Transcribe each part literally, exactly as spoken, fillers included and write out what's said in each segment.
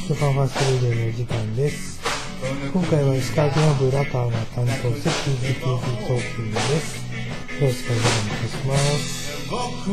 ジャパンファーストレディオのお時間です。今回は石川県本部浦川が担当する ピージーピージー トーキングです。よろしくお願いいたします。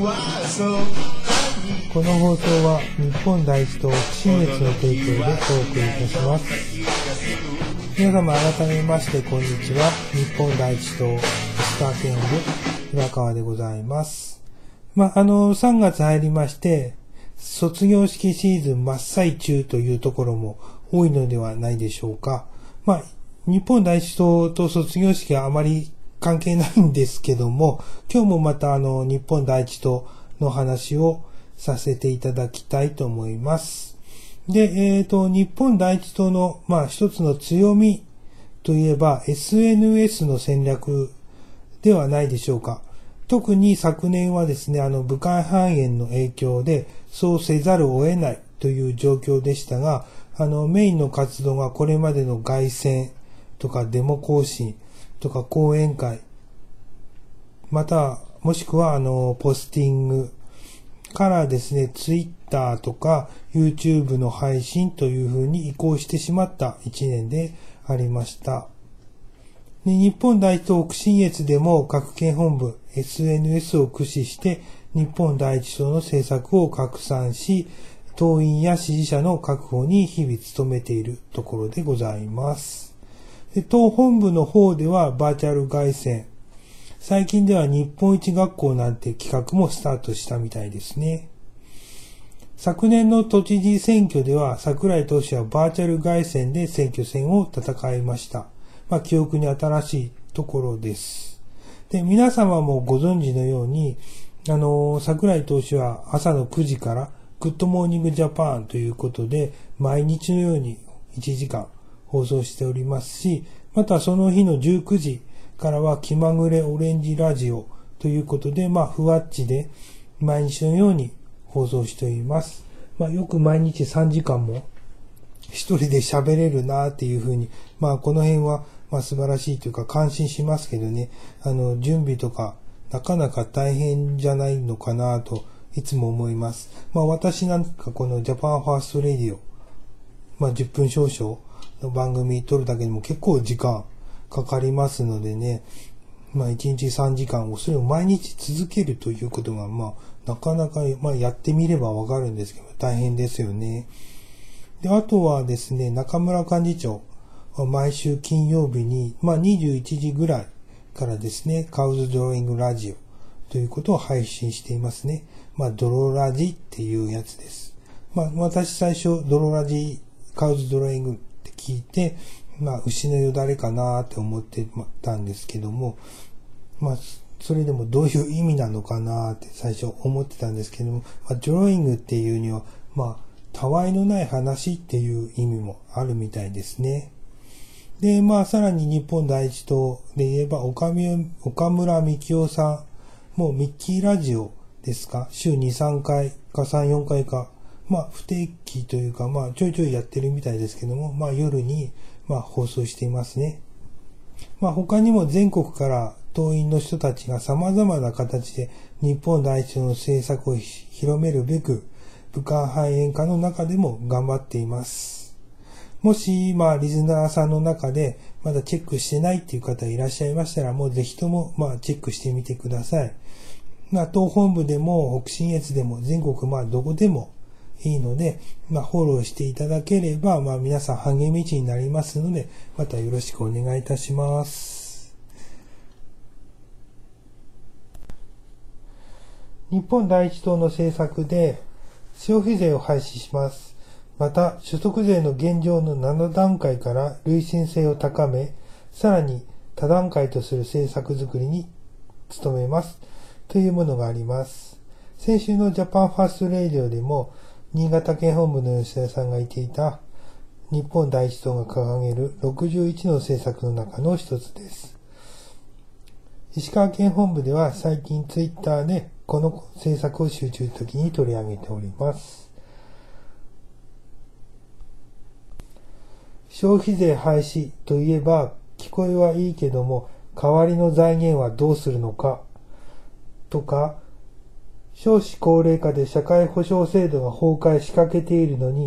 この放送は日本第一党新越の提供でお送りいたします。皆様改めましてこんにちは。日本第一党石川県本部浦川でございます。まあ、あの、さんがつ入りまして、卒業式シーズン真っ最中というところも多いのではないでしょうか。まあ、日本第一党と卒業式はあまり関係ないんですけども、今日もまたあの、日本第一党の話をさせていただきたいと思います。で、えっと、日本第一党の、まあ、一つの強みといえば エスエヌエス の戦略ではないでしょうか。特に昨年はですね、あの武漢肺炎の影響でそうせざるを得ないという状況でしたが、あのメインの活動がこれまでの凱旋とかデモ行進とか講演会、またもしくはあのポスティングからですね、ツイッターとか YouTube の配信というふうに移行してしまったいちねんでありました。で、日本第一党北信越でも各県本部 エスエヌエス を駆使して日本第一党の政策を拡散し、党員や支持者の確保に日々努めているところでございます。で、党本部の方ではバーチャル凱旋、最近では日本一学校なんて企画もスタートしたみたいですね。昨年の都知事選挙では櫻井党首はバーチャル凱旋で選挙戦を戦いました。まあ、記憶に新しいところです。で、皆様もご存知のように、あの、櫻井党首は朝のくじからグッドモーニングジャパンということで、毎日のようにいちじかん放送しておりますし、またその日のじゅうくじからは気まぐれオレンジラジオということで、まあ、ふわっちで毎日のように放送しております。まあ、よく毎日さんじかんも一人で喋れるなっていうふうに、まあ、この辺はまあ素晴らしいというか感心しますけどね、あの準備とかなかなか大変じゃないのかなといつも思います。まあ私なんかこのジャパンファーストレディオ、まあじゅっぷん少々の番組撮るだけでも結構時間かかりますのでね、まあいちにちさんじかんをそれを毎日続けるということがまあなかなかまあやってみればわかるんですけど大変ですよね。で、あとはですね、中村幹事長、毎週金曜日に、まあにじゅういちじぐらいからですね、カウズドローイングラジオということを配信していますね。まあドロラジっていうやつです。まあ私最初ドロラジ、カウズドローイングって聞いて、まあ牛のよだれかなって思ってたんですけども、まあそれでもどういう意味なのかなって最初思ってたんですけども、まあ、ドローイングっていうには、まあたわいのない話っていう意味もあるみたいですね。で、まあ、さらに日本第一党で言えば、岡村みきおさん、もうミッキーラジオですか、週に、さんかいかさん、よんかいか、まあ、不定期というか、まあ、ちょいちょいやってるみたいですけども、まあ、夜に、まあ、放送していますね。まあ、他にも全国から党員の人たちが様々な形で日本第一党の政策を広めるべく、武漢肺炎下の中でも頑張っています。もし、まあ、リスナーさんの中で、まだチェックしてないっていう方いらっしゃいましたら、もうぜひとも、まあ、チェックしてみてください。まあ、党本部でも、北信越でも、全国、まあ、どこでもいいので、まあ、フォローしていただければ、まあ、皆さん励みになりますので、またよろしくお願いいたします。日本第一党の政策で、消費税を廃止します。また、所得税の現状のななだんかいから累進性を高め、さらに多段階とする政策づくりに努めます。というものがあります。先週のジャパンファーストレディオでも、新潟県本部の吉田さんが言っていた、日本第一党が掲げるろくじゅういちの政策の中の一つです。石川県本部では最近ツイッターでこの政策を集中的に取り上げております。消費税廃止といえば聞こえはいいけども代わりの財源はどうするのかとか、少子高齢化で社会保障制度が崩壊しかけているのに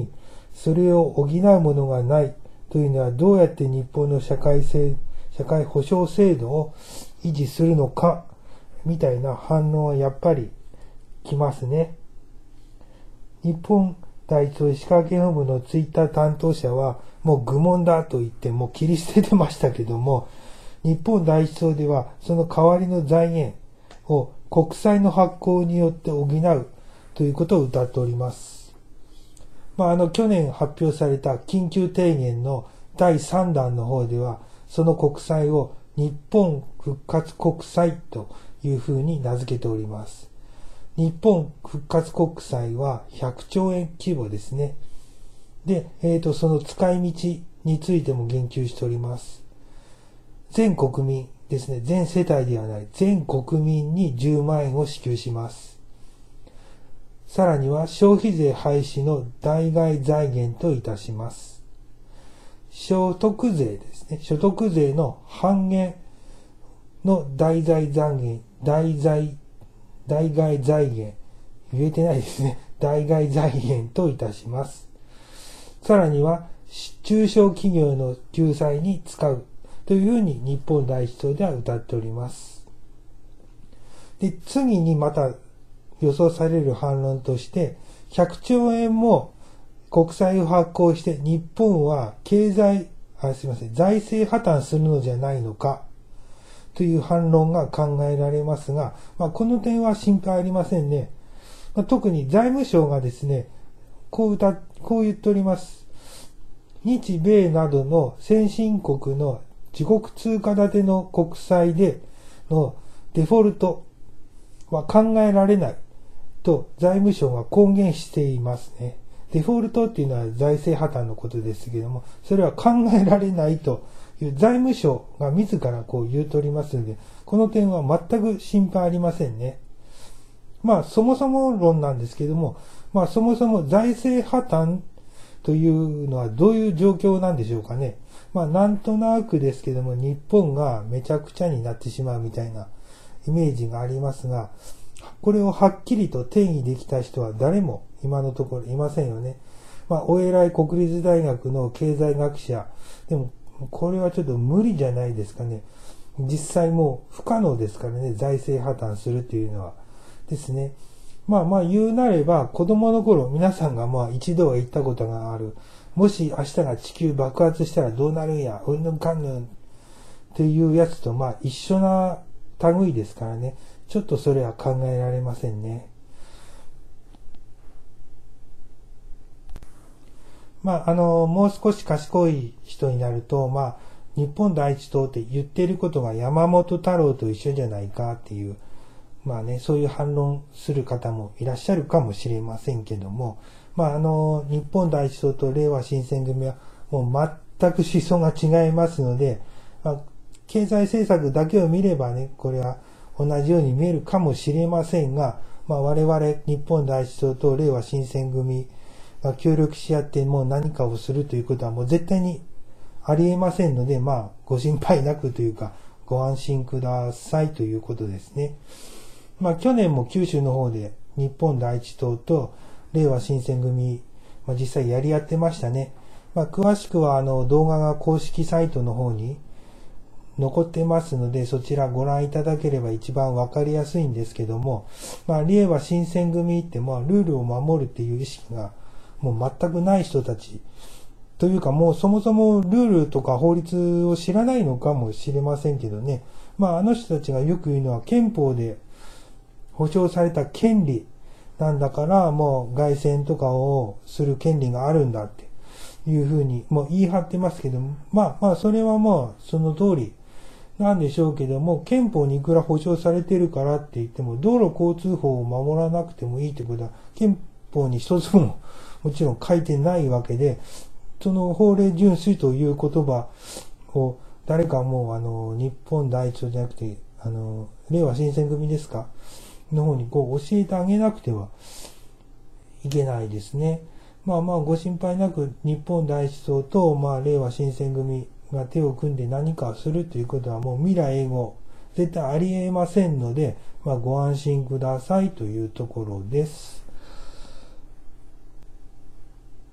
それを補うものがないというのは、どうやって日本の社会制、社会保障制度を維持するのか、みたいな反応はやっぱり来ますね。日本第一党石川県本部のツイッター担当者は、もう愚問だと言ってもう切り捨ててましたけども、日本第一党ではその代わりの財源を国債の発行によって補うということを謳っております。まあ、あの去年発表された緊急提言のだいさんだんの方では、その国債を日本復活国債というふうに名付けております。日本復活国債はひゃくちょうえん規模ですね。で、えーと、その使い道についても言及しております。全国民ですね、全世帯ではない、全国民にじゅうまんえんを支給します。さらには消費税廃止の代替財源といたします。所得税ですね、所得税の半減の代替財源、代替、代替財源、言えてないですね、代替財源といたします。さらには中小企業の救済に使うというふうに日本第一党では謳っております。で、次にまた予想される反論として、ひゃくちょうえんも国債を発行して日本は経済、あ、すいません、財政破綻するのじゃないのかという反論が考えられますが、まあ、この点は心配ありませんね。まあ、特に財務省がですね、こう歌、こう言っております。日米などの先進国の自国通貨建ての国債でのデフォルトは考えられないと財務省が公言していますね。デフォルトっていうのは財政破綻のことですけども、それは考えられないという財務省が自らこう言うとおりますので、この点は全く心配ありませんね。まあそもそも論なんですけども、まあそもそも財政破綻というのはどういう状況なんでしょうかね。まあなんとなくですけども、日本がめちゃくちゃになってしまうみたいなイメージがありますが、これをはっきりと定義できた人は誰も今のところいませんよね。まあお偉い国立大学の経済学者、でもこれはちょっと無理じゃないですかね。実際もう不可能ですからね、財政破綻するというのはですね。まあまあ言うなれば、子供の頃皆さんがまあ一度は言ったことがある、もし明日が地球爆発したらどうなるんや、うんぬんかんぬんっていうやつとまあ一緒な類ですからね、ちょっとそれは考えられませんね。まああの、もう少し賢い人になると、まあ日本第一党って言っていることが山本太郎と一緒じゃないかっていう、まあね、そういう反論する方もいらっしゃるかもしれませんけども、まああの、日本第一党と令和新選組はもう全く思想が違いますので、まあ、経済政策だけを見ればね、これは同じように見えるかもしれませんが、まあ我々日本第一党と令和新選組が協力し合ってもう何かをするということはもう絶対にありえませんので、まあご心配なくというかご安心くださいということですね。まあ去年も九州の方で日本第一党と令和新選組、まあ、実際やり合ってましたね。まあ詳しくはあの動画が公式サイトの方に残ってますので、そちらご覧いただければ一番わかりやすいんですけども、まあ令和新選組ってまあルールを守るっていう意識がもう全くない人たちというか、もうそもそもルールとか法律を知らないのかもしれませんけどね。まああの人たちがよく言うのは憲法で保障された権利なんだから、もう凱旋とかをする権利があるんだっていうふうにもう言い張ってますけど、まあまあそれはもうその通りなんでしょうけども、憲法にいくら保障されてるからって言っても、道路交通法を守らなくてもいいってことは憲法に一つももちろん書いてないわけで、その法令遵守という言葉を誰かもうあの日本第一党じゃなくてあの令和新選組ですかの方にこう教えてあげなくてはいけないですね。まあまあご心配なく日本第一党とまあ令和新選組が手を組んで何かをするということはもう未来永劫絶対ありえませんので、まあご安心くださいというところです。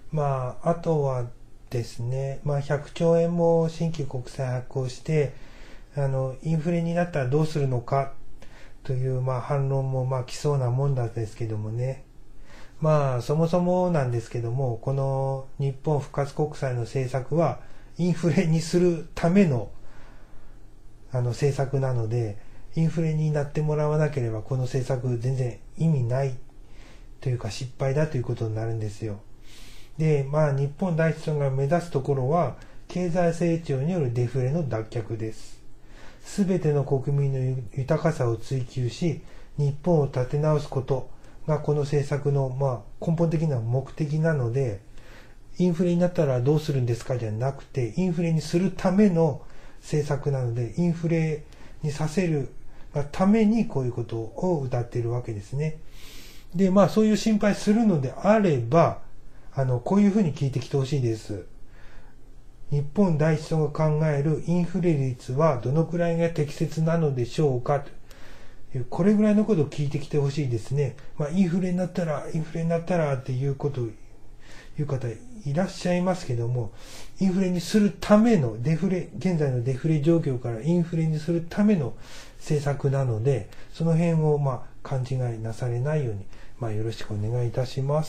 まあ、あとはですね、まあ、ひゃくちょうえんも新規国債発行して、あの、インフレになったらどうするのかという、まあ、反論も、まあ、来そうなもんなんですけどもね。まあ、そもそもなんですけども、この日本復活国債の政策は、インフレにするための、あの、政策なので、インフレになってもらわなければ、この政策全然意味ないというか失敗だということになるんですよ。で、まあ、日本第一党が目指すところは、経済成長によるデフレの脱却です。すべての国民の豊かさを追求し、日本を立て直すことがこの政策の、まあ、根本的な目的なので、インフレになったらどうするんですかじゃなくて、インフレにするための政策なので、インフレにさせるためにこういうことを謳っているわけですね。で、まあそういう心配するのであれば、あの、こういうふうに聞いてきてほしいです。日本第一党が考えるインフレ率はどのくらいが適切なのでしょうかという、これぐらいのことを聞いてきてほしいですね。まあインフレになったら、インフレになったらっていうことを言う方いらっしゃいますけども、インフレにするためのデフレ、現在のデフレ状況からインフレにするための政策なので、その辺をまあ勘違いなされないように、まあよろしくお願いいたします。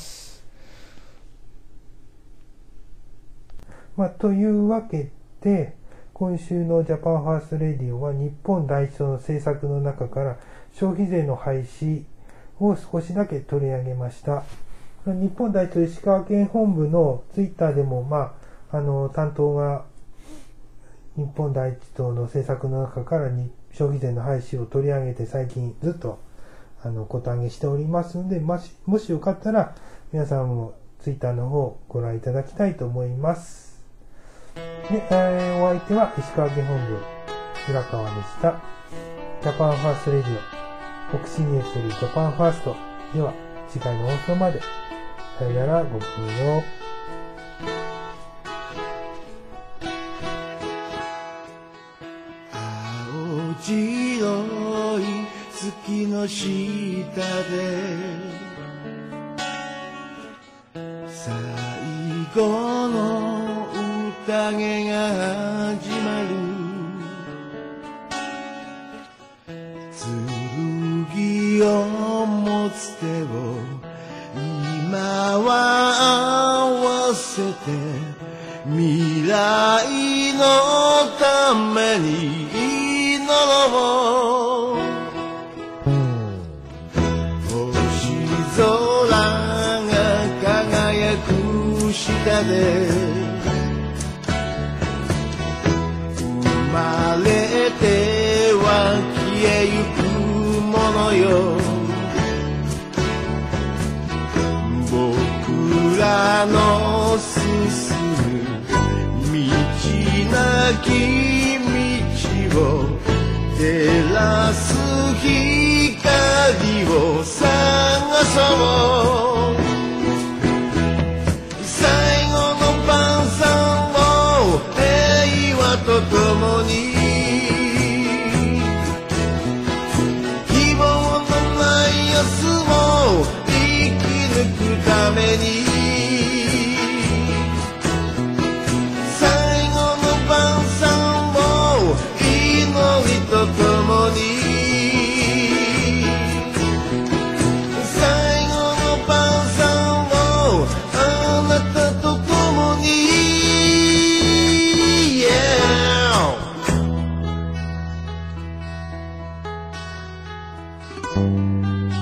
まあ、というわけで、今週のジャパンファーストレディオは日本第一党の政策の中から消費税の廃止を少しだけ取り上げました。日本第一党石川県本部のツイッターでも、まあ、あの、担当が日本第一党の政策の中からに消費税の廃止を取り上げて最近ずっとあの、小手上げしておりますので、もし、もしよかったら皆さんもツイッターの方ご覧いただきたいと思います。で、えー、お相手は石川県本部浦川でした。ジャパンファーストレディオ、北信越よりジャパンファーストでは次回の放送まで。さよなら、ごきげんよう。 青白い月の下で最後の宴が始まる。剣を持つ手を今は合わせて、未来のために祈ろう。星空が輝く下で生まれては消えゆくものよ。僕らの進む道なき道を照らす光を探そう。最後の晩餐を平和と共に、希望のない明日を生き抜くために、最後の晩餐を祈りと共に、最後の晩餐をあなたと共に、yeah!